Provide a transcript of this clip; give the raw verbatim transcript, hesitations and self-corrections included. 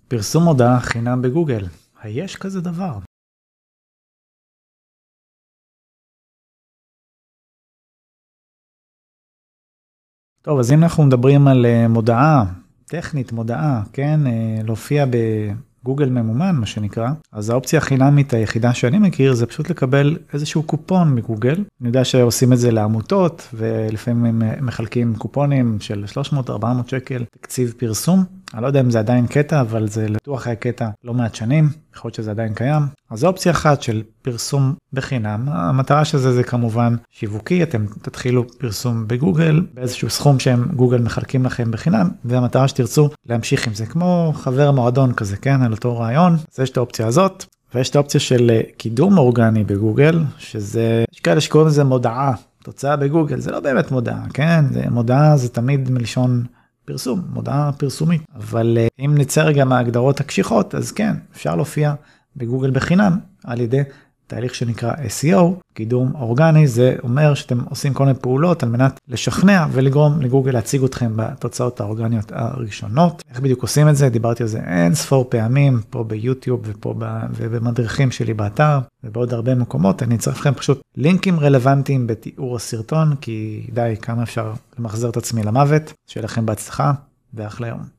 פרסום מודעה חינם בגוגל. היש כזה דבר? טוב, אז אם אנחנו מדברים על מודעה, טכנית מודעה, כן, להופיע בגוגל ממומן, מה שנקרא, אז האופציה החינמית היחידה שאני מכיר זה פשוט לקבל איזשהו קופון מגוגל. אני יודע שעושים את זה לעמותות, ולפעמים הם מחלקים קופונים של שלוש מאות עד ארבע מאות שקל תקציב פרסום. אני לא יודע אם זה עדיין קטע, אבל זה לטוח היה קטע לא מעט שנים, יכול להיות שזה עדיין קיים. אז זו אופציה אחת של פרסום בחינם. המטרה של זה זה כמובן שיווקי, אתם תתחילו פרסום בגוגל, באיזשהו סכום שהם גוגל מחלקים לכם בחינם, והמטרה שתרצו להמשיך עם זה, כמו חבר מועדון כזה, כן, על אותו רעיון. אז יש את האופציה הזאת, ויש את האופציה של קידום אורגני בגוגל, שזה, יש כאלה שקוראים לזה מודעה, תוצאה בגוגל, זה לא באמת מודעה, כן, זה, מודעה זה תמיד מלשון פרסום, מודעה פרסומית, אבל אם נצא רגע מההגדרות הקשיחות, אז כן, אפשר להופיע בגוגל בחינם, על ידי תהליך שנקרא אס אי או, קידום אורגני, זה אומר שאתם עושים כל מיני פעולות על מנת לשכנע ולגרום לגוגל להציג אתכם בתוצאות האורגניות הראשונות. איך בדיוק עושים את זה? דיברתי על זה אין ספור פעמים, פה ביוטיוב ופה ובמדריכים שלי באתר, ובעוד הרבה מקומות. אני צריך לכם פשוט לינקים רלוונטיים בתיאור הסרטון, כי די, כמה אפשר למחזר את עצמי למוות. שיהיה לכם בהצלחה, ואחלה יום.